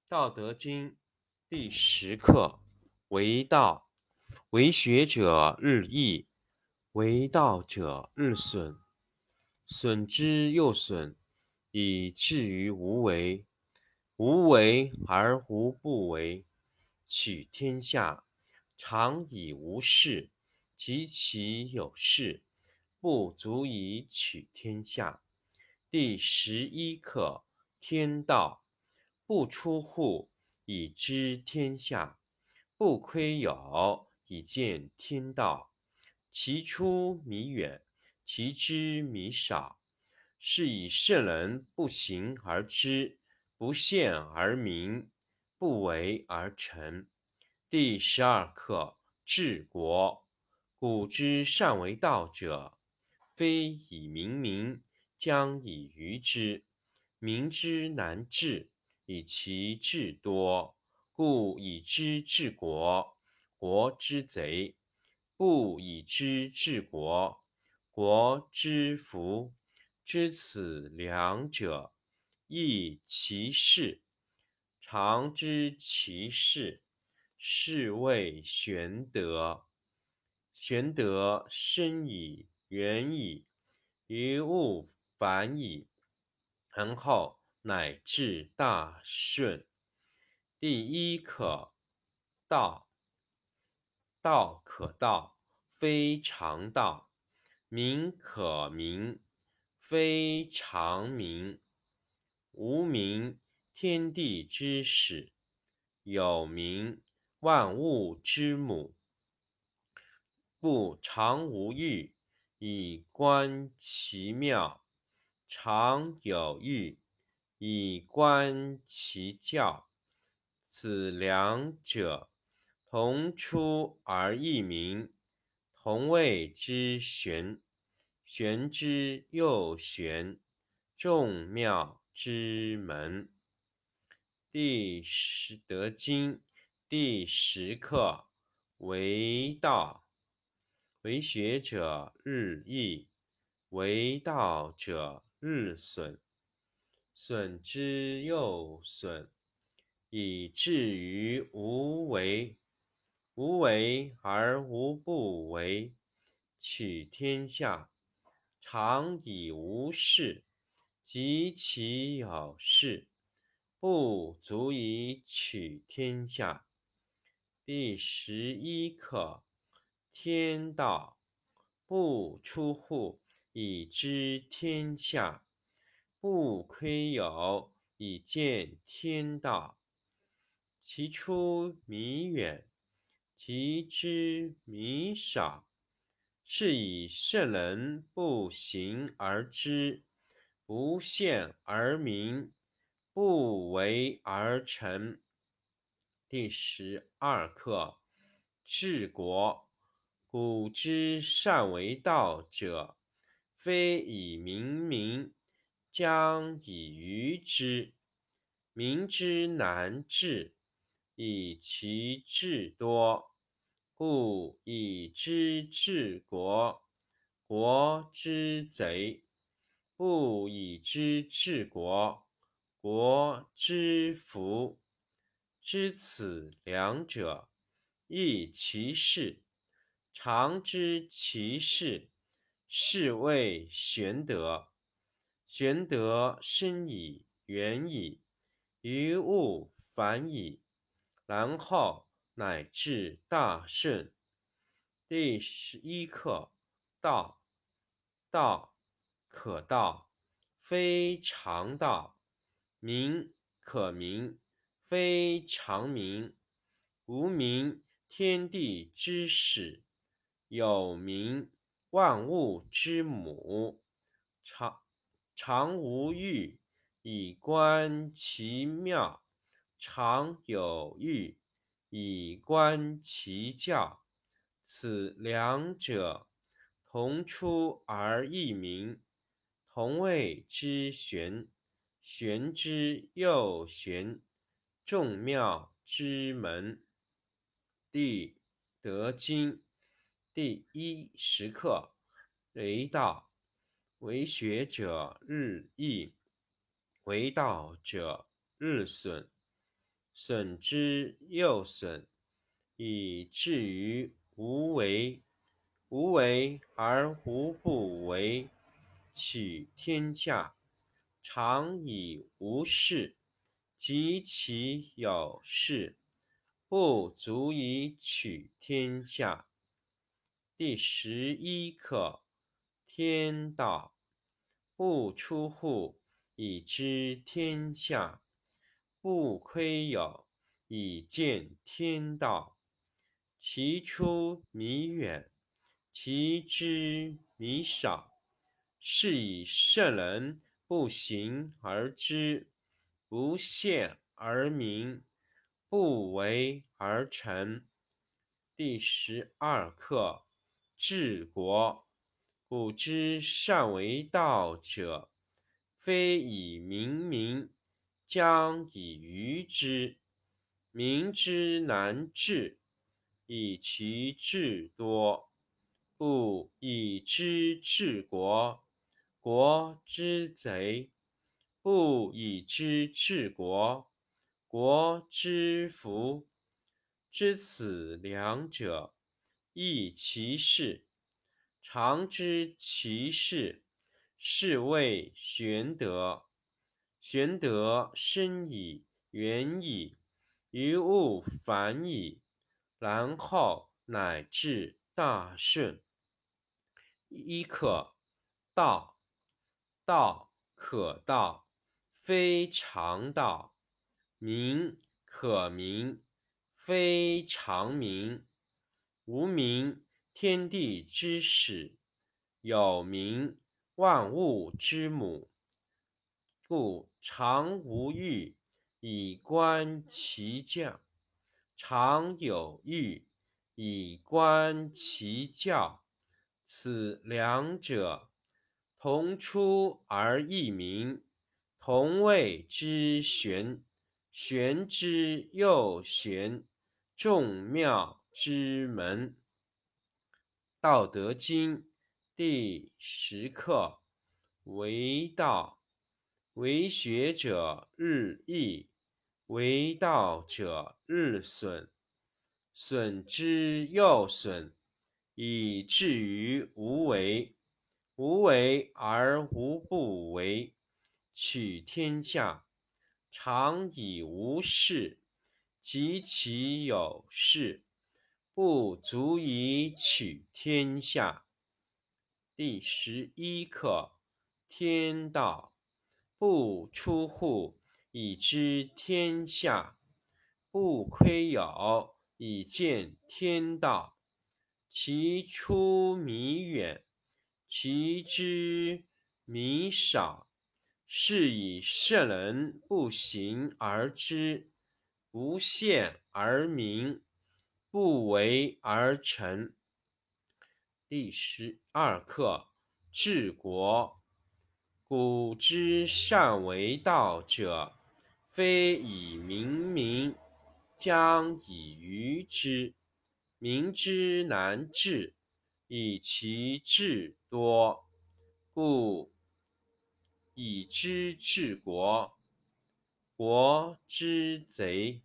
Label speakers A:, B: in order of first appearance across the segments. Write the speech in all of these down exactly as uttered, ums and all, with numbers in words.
A: 道德经第十课：为道，为学者日益，为道者日损，损之又损，以至于无为。无为而无不为。取天下常以无事，及其有事，不足以取天下。第十一课：天道，不出户，以知天下；不窥牖，以见天道。其出弥远，其知弥少。是以圣人不行而知，不见而明，不为而成。第十二课：治国。古之善为道者，非以明民，将以愚之。民之难治，以其智多。故以知治国，国之贼；不以知治国，国之福。知此两者，亦其事。常知其事，是谓玄德。玄德深矣，远矣，于物反矣，然后乃至大顺。第一课：道。道可道，非常道；名可名，非常名。无名，天地之始；有名，万物之母。故常无欲，以观其妙；常有欲，以观其教。此两者，同出而异名，同谓之玄。玄之又玄，众妙之门。第十得经第十课：为道，为学者日益，为道者日损，损之又损，以至于无为。无为而无不为。取天下常以无事，及其有事，不足以取天下。第十一课：天道，不出户，以知天下；不窥牖，以见天道。其出弥远，其知弥少。是以圣人不行而知，不见而明，不为而成。第十二课：治国。古之善为道者，非以明民，将以愚之。民之难治，以其智多。故以知治国，国之贼；不以知治国，国之福。知此两者，亦其事。常知其事，是谓玄德。玄德深矣，远矣，于物反矣，然后乃至大顺。第十一课：道。道可道，非常道；名可名，非常名。无名，天地之始；有名，万物之母。常常无欲，以观其妙；常有欲，以观其教。此两者，同出而异名，同谓之玄。玄之又玄，众妙之门。第得经第一十课：为道，为学者日益，为道者日损， 损之又损，以至于无为。无为而无不为，取天下常以无事，及其有事，不足以取天下。第十一课：天道，不出户，以知天下；不窥牖，以见天道。其出弥远，其知弥少。是以圣人不行而知，不见而明，不为而成。第十二课：治国。古之善为道者，非以明民，将以愚之。民之难治，以其智多。故以知治国，国之贼；不以知治国，国之福。知此两者，亦其事。常知其事，是谓玄德。玄德深矣，远矣，于物反矣，然后乃至大顺。一课：道，道可道，非常道；名可名，非常名。无名，天地之始；有名，万物之母。故常无欲，以观其教；常有欲，以观其教。此两者，同出而异名，同谓之玄。玄之又玄，众妙之门。道德经第十课：为道，为学者日益，为道者日损，损之又损，以至于无为。无为而无不为，取天下常以无事，及其有事，不足以取天下。第十一课：天道，不出户，以知天下；不窥牖，以见天道。其出弥远，其知弥少。是以圣人不行而知，不见而明，不为而成。第十二课：治国。古之善为道者，非以明民，将以愚之。民之难治，以其智多。故以知治国，国之贼；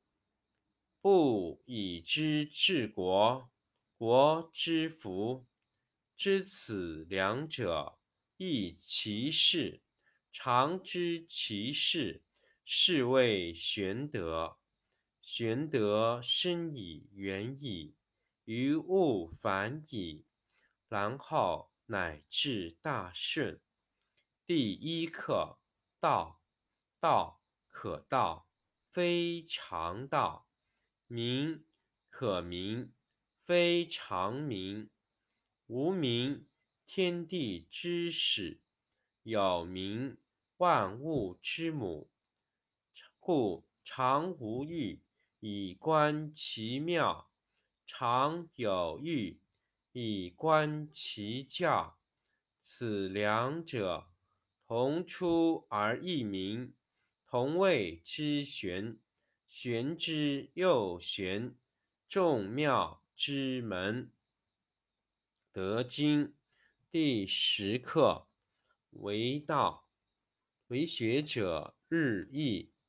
A: 不以知治国，国之福。知此两者，亦其事。常知其事，是谓玄德。玄德深矣，远矣，于物反矣，然后乃至大顺。第一课：道，道可道，非常道；名可名，非常名。无名，天地之始；有名，万物之母。故常无欲，以观其妙；常有欲，以观其教。此两者，同出而异名，同谓之玄。玄之又玄，众妙之门。德经第十课：为道，为学者日益，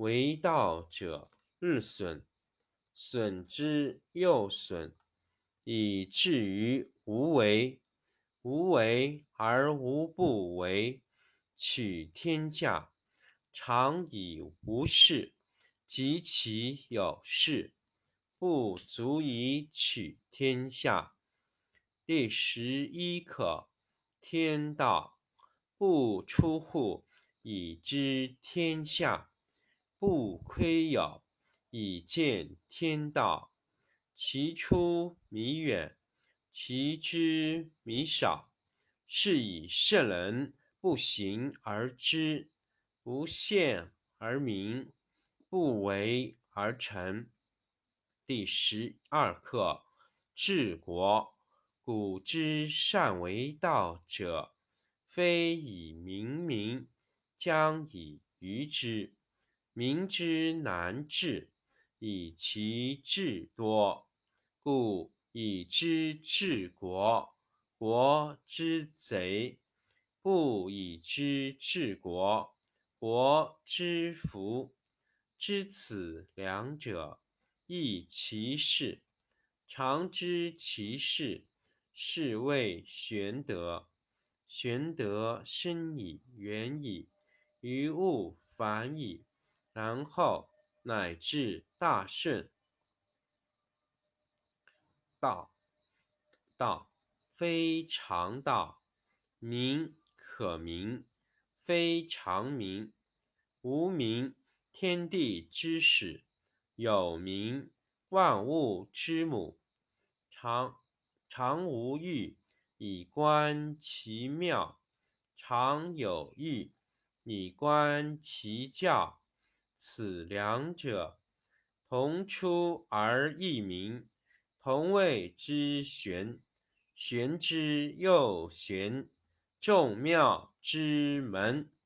A: 为道者日损，损之又损，以至于无为。无为而无不为，取天下常以无事，及其有事，不足以取天下。第十一课：天道，不出户，以知天下；不窥牖，以见天道。其出弥远，其知弥少。是以圣人不行而知，不见而明，不为而成。第十二课：治国。古之善为道者，非以明民，将以愚之。民之难治，以其智多。故以知治国，国之贼；不以知治国，国之福。知此两者，亦其事。常知其事，是谓玄德。玄德深以远矣，于物反矣，然后乃至大顺。道，道，非常道；名可名，非常名。无名，天地之始；有名，万物之母。常常无欲，以观其妙；常有欲，以观其教。此两者，同出而异名，同谓之玄。玄之又玄，众妙之门。